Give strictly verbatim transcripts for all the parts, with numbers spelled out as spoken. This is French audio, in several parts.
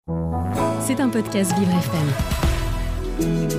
C'est un podcast Vivre F M.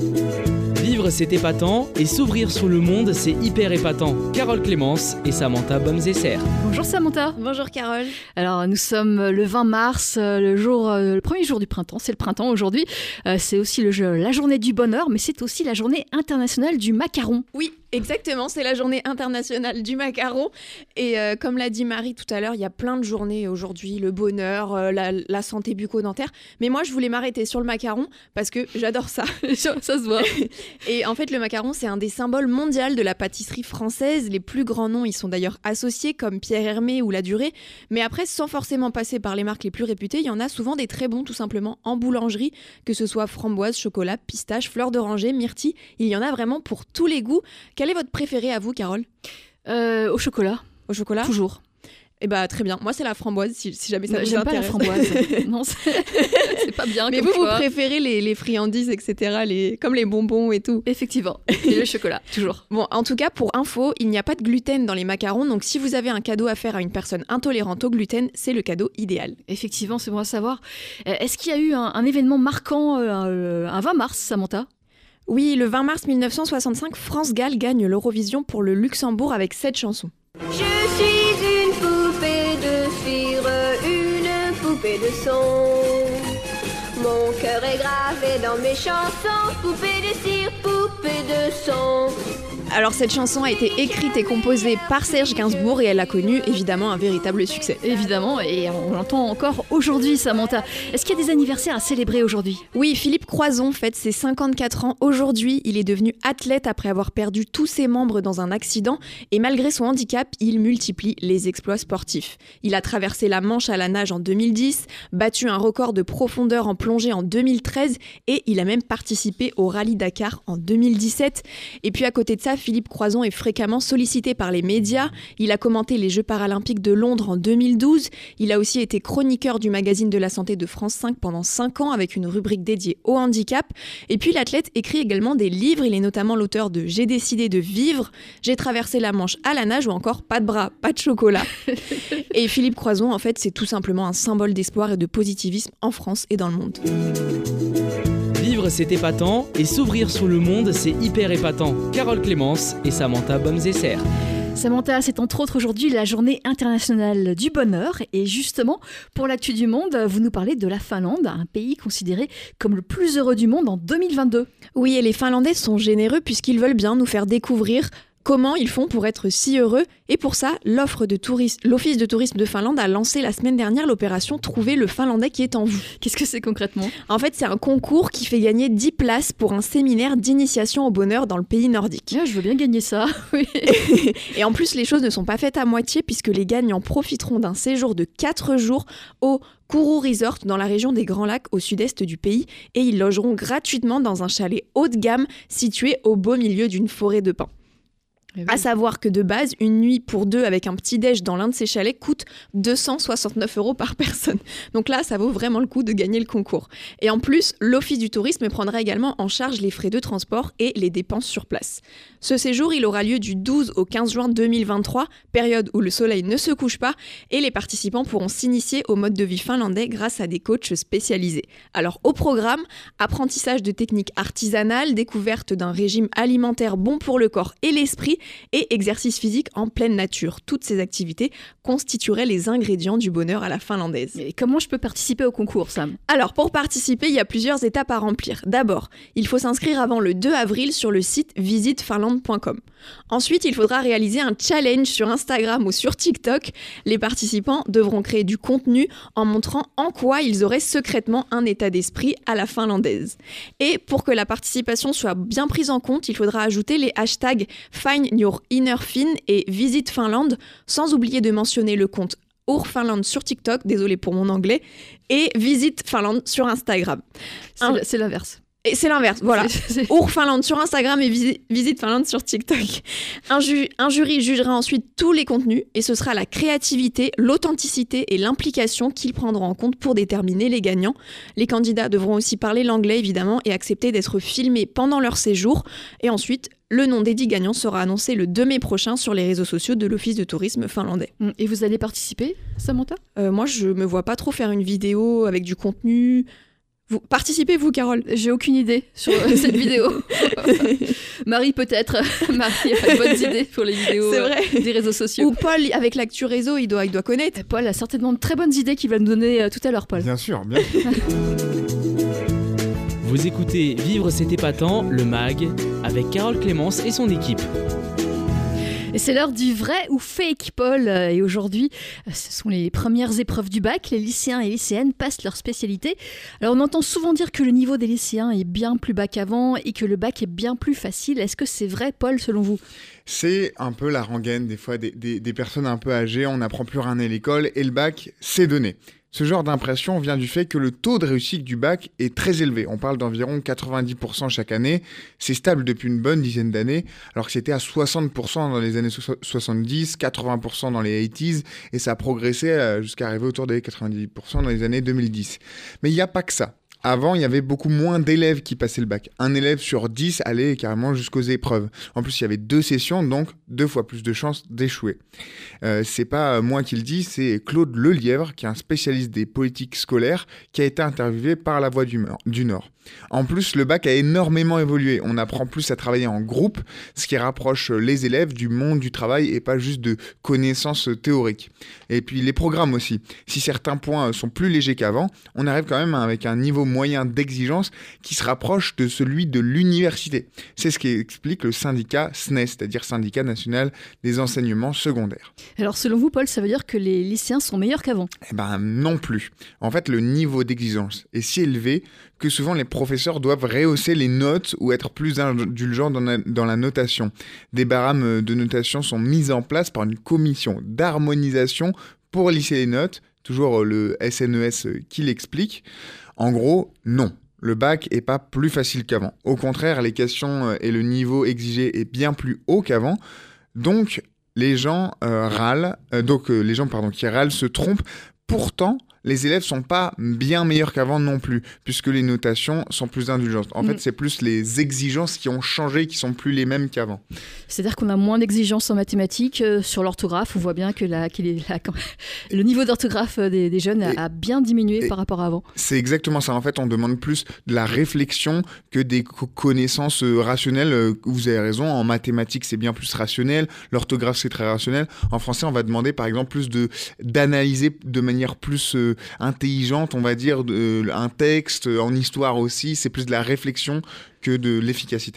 Vivre, c'est épatant, et s'ouvrir sur le monde, c'est hyper épatant. Carole Clémence et Samantha Bomzesser. Bonjour Samantha. Bonjour Carole. Alors nous sommes le vingt mars, le, jour, le premier jour du printemps, c'est le printemps aujourd'hui. Euh, c'est aussi le, la journée du bonheur, mais c'est aussi la journée internationale du macaron. Oui, exactement, c'est la journée internationale du macaron. Et euh, comme l'a dit Marie tout à l'heure, il y a plein de journées aujourd'hui, le bonheur, euh, la, la santé bucco-dentaire. Mais moi, je voulais m'arrêter sur le macaron parce que j'adore ça. Ça se voit. Et en fait, le macaron, c'est un des symboles mondiaux de la pâtisserie française. Les plus grands noms y sont d'ailleurs associés, comme Pierre Hermé ou La Durée. Mais après, sans forcément passer par les marques les plus réputées, il y en a souvent des très bons, tout simplement, en boulangerie, que ce soit framboise, chocolat, pistache, fleur d'oranger, myrtille. Il y en a vraiment pour tous les goûts. Quel est votre préféré à vous, Carole ? euh, Au chocolat. Au chocolat ? Toujours. Eh bah très bien. Moi c'est la framboise si, si jamais ça bah, vous j'aime intéresse. J'aime pas la framboise. Non, c'est, c'est pas bien. Mais comme vous, choix. vous préférez les, les friandises, et cetera. Les, comme les bonbons et tout. Effectivement. Et le chocolat, toujours. Bon, en tout cas, pour info, il n'y a pas de gluten dans les macarons. Donc si vous avez un cadeau à faire à une personne intolérante au gluten, c'est le cadeau idéal. Effectivement, c'est bon à savoir. Est-ce qu'il y a eu un, un événement marquant euh, un vingt mars, Samantha ? Oui, le vingt mars mille neuf cent soixante-cinq, France Gall gagne l'Eurovision pour le Luxembourg avec cette chanson. Je suis une poupée de cire, une poupée de son. Mon cœur est gravé dans mes chansons, poupée de cire, poupée de son. Alors cette chanson a été écrite et composée par Serge Gainsbourg et elle a connu évidemment un véritable succès. Évidemment, et on l'entend encore aujourd'hui, Samantha. Est-ce qu'il y a des anniversaires à célébrer aujourd'hui ? Oui, Philippe Croizon fête ses cinquante-quatre ans aujourd'hui. Il est devenu athlète après avoir perdu tous ses membres dans un accident et malgré son handicap, il multiplie les exploits sportifs. Il a traversé la Manche à la nage en deux mille dix, battu un record de profondeur en plongée en deux mille treize et il a même participé au Rallye Dakar en deux mille dix-sept. Et puis à côté de ça, Philippe Croizon est fréquemment sollicité par les médias. Il a commenté les Jeux paralympiques de Londres en deux mille douze. Il a aussi été chroniqueur du magazine de la santé de France cinq pendant cinq ans avec une rubrique dédiée au handicap. Et puis l'athlète écrit également des livres. Il est notamment l'auteur de J'ai décidé de vivre, J'ai traversé la Manche à la nage ou encore Pas de bras, pas de chocolat. Et Philippe Croizon, en fait, c'est tout simplement un symbole d'espoir et de positivisme en France et dans le monde. Vivre, c'est épatant, et s'ouvrir sur le monde, c'est hyper épatant. Carole Clémence et Samantha Bomzesser. Samantha, c'est entre autres aujourd'hui la journée internationale du bonheur. Et justement, pour l'actu du monde, vous nous parlez de la Finlande, un pays considéré comme le plus heureux du monde en deux mille vingt-deux. Oui, et les Finlandais sont généreux puisqu'ils veulent bien nous faire découvrir comment ils font pour être si heureux. Et pour ça, l'offre de tourisme, l'Office de tourisme de Finlande a lancé la semaine dernière l'opération Trouver le Finlandais qui est en vous. Qu'est-ce que c'est concrètement ? En fait, c'est un concours qui fait gagner dix places pour un séminaire d'initiation au bonheur dans le pays nordique. Ah, je veux bien gagner ça, oui. Et en plus, les choses ne sont pas faites à moitié puisque les gagnants profiteront d'un séjour de quatre jours au Kourou Resort dans la région des Grands Lacs au sud-est du pays et ils logeront gratuitement dans un chalet haut de gamme situé au beau milieu d'une forêt de pins. Oui. À savoir que de base, une nuit pour deux avec un petit déj dans l'un de ces chalets coûte deux cent soixante-neuf euros par personne. Donc là, ça vaut vraiment le coup de gagner le concours. Et en plus, l'Office du tourisme prendra également en charge les frais de transport et les dépenses sur place. Ce séjour, il aura lieu du douze au quinze juin deux mille vingt-trois, période où le soleil ne se couche pas, et les participants pourront s'initier au mode de vie finlandais grâce à des coachs spécialisés. Alors au programme, apprentissage de techniques artisanales, découverte d'un régime alimentaire bon pour le corps et l'esprit, et exercice physique en pleine nature. Toutes ces activités constitueraient les ingrédients du bonheur à la finlandaise. Et comment je peux participer au concours, Sam ? Alors, pour participer, il y a plusieurs étapes à remplir. D'abord, il faut s'inscrire avant le deux avril sur le site visite finlande point com. Ensuite, il faudra réaliser un challenge sur Instagram ou sur TikTok. Les participants devront créer du contenu en montrant en quoi ils auraient secrètement un état d'esprit à la finlandaise. Et pour que la participation soit bien prise en compte, il faudra ajouter les hashtags Find Your Inner Fin et Visit Finland, sans oublier de mentionner le compte Urfinland sur TikTok, désolé pour mon anglais, et Visit Finland sur Instagram. C'est, Un... c'est l'inverse. Et c'est l'inverse, voilà. Urfinland sur Instagram et visi- Visite Finlande sur TikTok. Un, ju- un jury jugera ensuite tous les contenus et ce sera la créativité, l'authenticité et l'implication qu'ils prendront en compte pour déterminer les gagnants. Les candidats devront aussi parler l'anglais évidemment et accepter d'être filmés pendant leur séjour. Et ensuite, Le nom des dix gagnants sera annoncé le deux mai prochain sur les réseaux sociaux de l'Office de tourisme finlandais. Et vous allez participer, Samantha ? euh, Moi, je me vois pas trop faire une vidéo avec du contenu. Vous participez, vous, Carole ? J'ai aucune idée sur cette vidéo. Marie, peut-être. Marie a de bonnes idées pour les vidéos C'est vrai. euh, des réseaux sociaux. Ou Paul, avec l'actu réseau, il doit, il doit connaître. Paul a certainement de très bonnes idées qu'il va nous donner euh, tout à l'heure, Paul. Bien sûr, bien sûr. Vous écoutez Vivre c'est épatant, le mag, avec Carole Clémence et son équipe. Et c'est l'heure du vrai ou fake, Paul. Et aujourd'hui, ce sont les premières épreuves du bac. Les lycéens et lycéennes passent leur spécialité. Alors, on entend souvent dire que le niveau des lycéens est bien plus bas qu'avant et que le bac est bien plus facile. Est-ce que c'est vrai, Paul, selon vous ? C'est un peu la rengaine des fois des, des, des personnes un peu âgées. On n'apprend plus rien à l'école et le bac, c'est donné. Ce genre d'impression vient du fait que le taux de réussite du bac est très élevé. On parle d'environ quatre-vingt-dix pour cent chaque année. C'est stable depuis une bonne dizaine d'années, alors que c'était à soixante pour cent dans les années soixante-dix, quatre-vingts pour cent dans les quatre-vingt-dix, et ça a progressé jusqu'à arriver autour des quatre-vingt-dix pour cent dans les années deux mille dix. Mais il n'y a pas que ça. Avant, il y avait beaucoup moins d'élèves qui passaient le bac. Un élève sur dix allait carrément jusqu'aux épreuves. En plus, il y avait deux sessions, donc deux fois plus de chances d'échouer. Euh, c'est pas moi qui le dis, c'est Claude Lelièvre, qui est un spécialiste des politiques scolaires, qui a été interviewé par La Voix du, du Nord. En plus, le bac a énormément évolué. On apprend plus à travailler en groupe, ce qui rapproche les élèves du monde du travail et pas juste de connaissances théoriques. Et puis les programmes aussi. Si certains points sont plus légers qu'avant, on arrive quand même avec un niveau moyen d'exigence qui se rapproche de celui de l'université. C'est ce qui explique le syndicat S N E S, c'est-à-dire Syndicat National des Enseignements Secondaires. Alors selon vous, Paul, ça veut dire que les lycéens sont meilleurs qu'avant ? Eh ben non plus. En fait, le niveau d'exigence est si élevé que souvent les professeurs doivent rehausser les notes ou être plus indulgents dans la, dans la notation. Des barèmes de notation sont mis en place par une commission d'harmonisation pour lisser les notes, toujours le S N E S qui l'explique. En gros, non. Le bac est pas plus facile qu'avant. Au contraire, les questions et le niveau exigé est bien plus haut qu'avant. Donc, les gens euh, râlent, euh, donc euh, les gens pardon, qui râlent se trompent. Pourtant, les élèves sont pas bien meilleurs qu'avant non plus, puisque les notations sont plus indulgentes. En mmh. fait, c'est plus les exigences qui ont changé, qui sont plus les mêmes qu'avant. C'est-à-dire qu'on a moins d'exigences en mathématiques, euh, sur l'orthographe. On voit bien que la, qu'il est, la, le niveau d'orthographe des, des jeunes et, a bien diminué par rapport à avant. C'est exactement ça. En fait, on demande plus de la réflexion que des co- connaissances euh, rationnelles. Euh, vous avez raison, en mathématiques, c'est bien plus rationnel. L'orthographe, c'est très rationnel. En français, on va demander, par exemple, plus de, d'analyser de manière plus... Euh, intelligente, on va dire, de, un texte, en histoire aussi, c'est plus de la réflexion que de l'efficacité.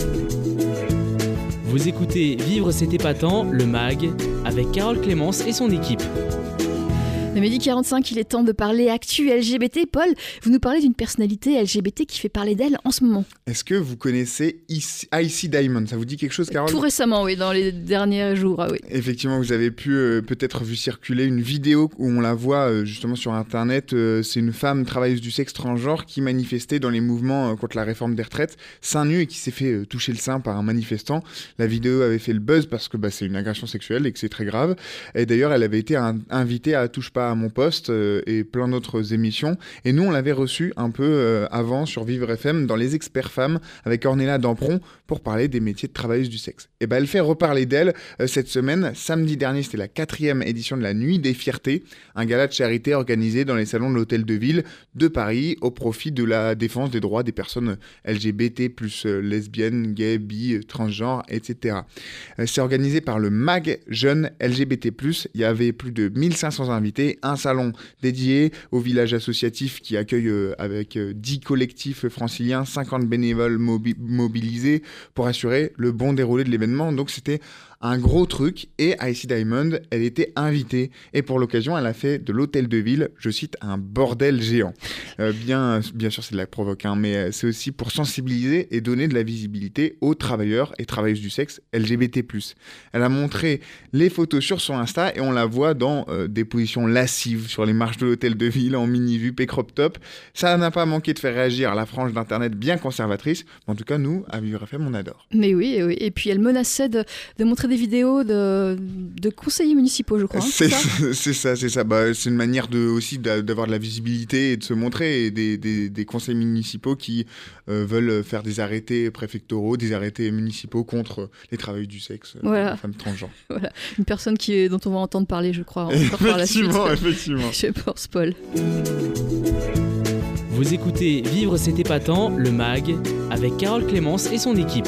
Vous écoutez Vivre c'est épatant, le mag, avec Carole Clémence et son équipe. À midi quarante-cinq, il est temps de parler actu L G B T. Paul, vous nous parlez d'une personnalité L G B T qui fait parler d'elle en ce moment. Est-ce que vous connaissez Icy Diamond ? Ça vous dit quelque chose, Carole ? Tout récemment, oui, dans les derniers jours. Ah oui. Effectivement, vous avez pu euh, peut-être vu circuler une vidéo où on la voit euh, justement sur Internet. Euh, c'est une femme travailleuse du sexe transgenre qui manifestait dans les mouvements euh, contre la réforme des retraites, seins nus, et qui s'est fait euh, toucher le sein par un manifestant. La vidéo avait fait le buzz parce que bah, c'est une agression sexuelle et que c'est très grave. Et d'ailleurs, elle avait été un, invitée à Touche pas à mon poste euh, et plein d'autres émissions. Et nous, on l'avait reçue un peu euh, avant sur Vivre F M dans Les Experts Femmes avec Ornella Dampron pour parler des métiers de travailleuse du sexe. Et ben, elle fait reparler d'elle euh, cette semaine. Samedi dernier, c'était la quatrième édition de la Nuit des Fiertés, un gala de charité organisé dans les salons de l'Hôtel de Ville de Paris au profit de la défense des droits des personnes L G B T plus euh, lesbiennes, gays, bi, transgenres, et cetera. Euh, c'est organisé par le MAG Jeunes L G B T plus. Il y avait plus de mille cinq cents invités, un salon dédié au village associatif qui accueille euh, avec euh, dix collectifs franciliens, cinquante bénévoles mobi- mobilisés pour assurer le bon déroulé de l'événement. Donc c'était un gros truc, et Icy Diamond, elle était invitée, et pour l'occasion, elle a fait de l'hôtel de ville, je cite, un bordel géant. Euh, bien, bien sûr, c'est de la provoque, hein, mais c'est aussi pour sensibiliser et donner de la visibilité aux travailleurs et travailleuses du sexe L G B T plus. Elle a montré les photos sur son Insta, et on la voit dans euh, des positions lascives sur les marches de l'hôtel de ville, en mini-jupe et crop top. Ça n'a pas manqué de faire réagir la frange d'internet bien conservatrice, mais en tout cas, nous, à Vivre F M, on adore. Mais oui, oui, et puis elle menaçait de, de montrer des vidéos de, de conseillers municipaux, je crois. Hein, c'est, c'est ça, c'est ça, c'est ça. Bah, c'est une manière de, aussi d'avoir de la visibilité et de se montrer. sinistrés et des, des, des conseils municipaux qui euh, veulent faire des arrêtés préfectoraux, des arrêtés municipaux contre les travailleurs du sexe, voilà. les femmes transgenres. Voilà, une personne qui est, dont on va entendre parler, je crois, encore par la suite. Effectivement, effectivement. Je pense, Paul. Vous écoutez Vivre c'est épatant, le mag, avec Carole Clémence et son équipe.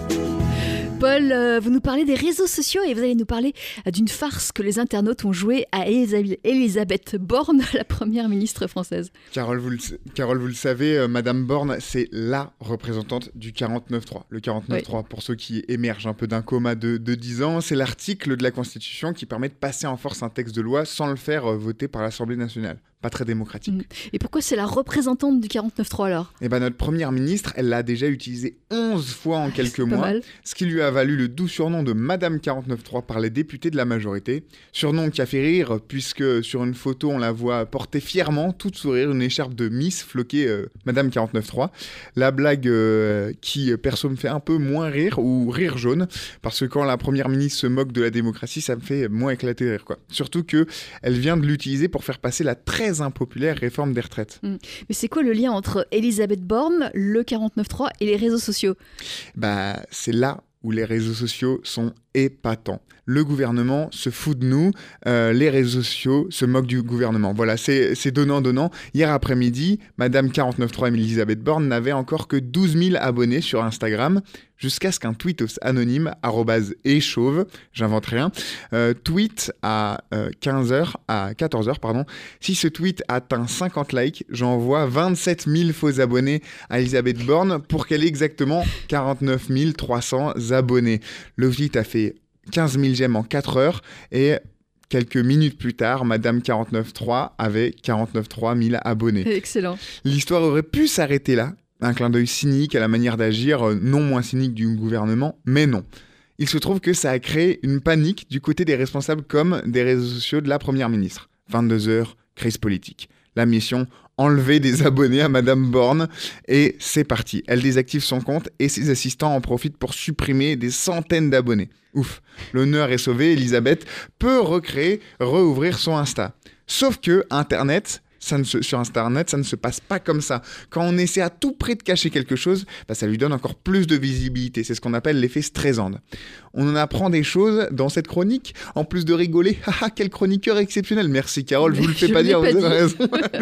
Paul, euh, vous nous parlez des réseaux sociaux et vous allez nous parler euh, d'une farce que les internautes ont jouée à Elisabeth Borne, la première ministre française. Carole, vous le, Carole, vous le savez, euh, Madame Borne, c'est la représentante du quarante-neuf trois. Le quarante-neuf trois, oui. Pour ceux qui émergent un peu d'un coma de, de dix ans, c'est l'article de la Constitution qui permet de passer en force un texte de loi sans le faire euh, voter par l'Assemblée nationale. Pas très démocratique. Mmh. Et pourquoi c'est la représentante du quarante-neuf trois alors ? Eh ben, notre première ministre, elle l'a déjà utilisé onze fois en quelques mois, mal. Ce qui lui a valu le doux surnom de Madame quarante-neuf trois par les députés de la majorité. Surnom qui a fait rire, puisque sur une photo, on la voit porter fièrement, toute sourire, une écharpe de Miss floquée euh, Madame quarante-neuf trois. La blague euh, qui, perso, me fait un peu moins rire, ou rire jaune, parce que quand la première ministre se moque de la démocratie, ça me fait moins éclater de rire, quoi. Surtout qu'elle vient de l'utiliser pour faire passer la très impopulaire réforme des retraites. Mmh. Mais c'est quoi le lien entre Elisabeth Borne, le quarante-neuf trois et les réseaux sociaux ? Bah, c'est là où les réseaux sociaux sont épatants. Le gouvernement se fout de nous, euh, les réseaux sociaux se moquent du gouvernement. Voilà, c'est, c'est donnant-donnant. Hier après-midi, Madame quarante-neuf trois Elisabeth Borne n'avait encore que douze mille abonnés sur Instagram, jusqu'à ce qu'un tweet anonyme, arrobase et chauve, j'invente rien, euh, tweet à euh, quinze heures, à quatorze heures, pardon. Si ce tweet atteint cinquante likes, j'envoie vingt-sept mille faux abonnés à Elisabeth Borne pour qu'elle ait exactement quarante-neuf mille trois cents abonnés. Le tweet a fait quinze mille j'aime en quatre heures et quelques minutes plus tard, Madame quarante-neuf trois avait quarante-neuf trois mille abonnés. Excellent. L'histoire aurait pu s'arrêter là. Un clin d'œil cynique à la manière d'agir, non moins cynique du gouvernement, mais non. Il se trouve que ça a créé une panique du côté des responsables comme des réseaux sociaux de la première ministre. vingt-deux heures, crise politique. La mission, enlever des abonnés à Madame Borne. Et c'est parti. Elle désactive son compte et ses assistants en profitent pour supprimer des centaines d'abonnés. Ouf, l'honneur est sauvé, Elisabeth peut recréer, rouvrir son Insta. Sauf que Internet... Ça ne se, sur Internet, ça ne se passe pas comme ça. Quand on essaie à tout prix de cacher quelque chose, bah ça lui donne encore plus de visibilité. C'est ce qu'on appelle l'effet Streisand. On en apprend des choses dans cette chronique, en plus de rigoler. Haha, quel chroniqueur exceptionnel. Merci Carole, je vous le fais pas dire, vous avez raison.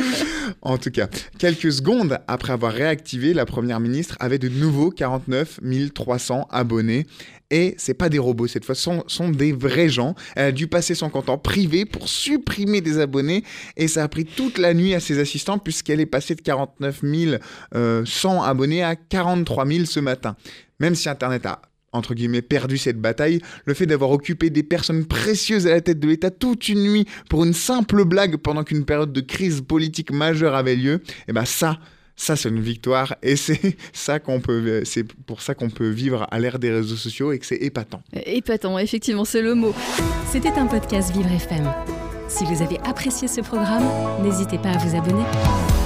En tout cas, quelques secondes après avoir réactivé, la première ministre avait de nouveau quarante-neuf mille trois cents abonnés. Et c'est pas des robots cette fois, ce sont, sont des vrais gens. Elle a dû passer son compte en privé pour supprimer des abonnés et ça a pris toute la nuit à ses assistants puisqu'elle est passée de quarante-neuf mille cent abonnés à quarante-trois mille ce matin. Même si Internet a entre guillemets perdu cette bataille, le fait d'avoir occupé des personnes précieuses à la tête de l'État toute une nuit pour une simple blague pendant qu'une période de crise politique majeure avait lieu, et ben ça... Ça, c'est une victoire et c'est, ça qu'on peut, c'est pour ça qu'on peut vivre à l'ère des réseaux sociaux et que c'est épatant. Épatant, effectivement, c'est le mot. C'était un podcast Vivre F M. Si vous avez apprécié ce programme, n'hésitez pas à vous abonner.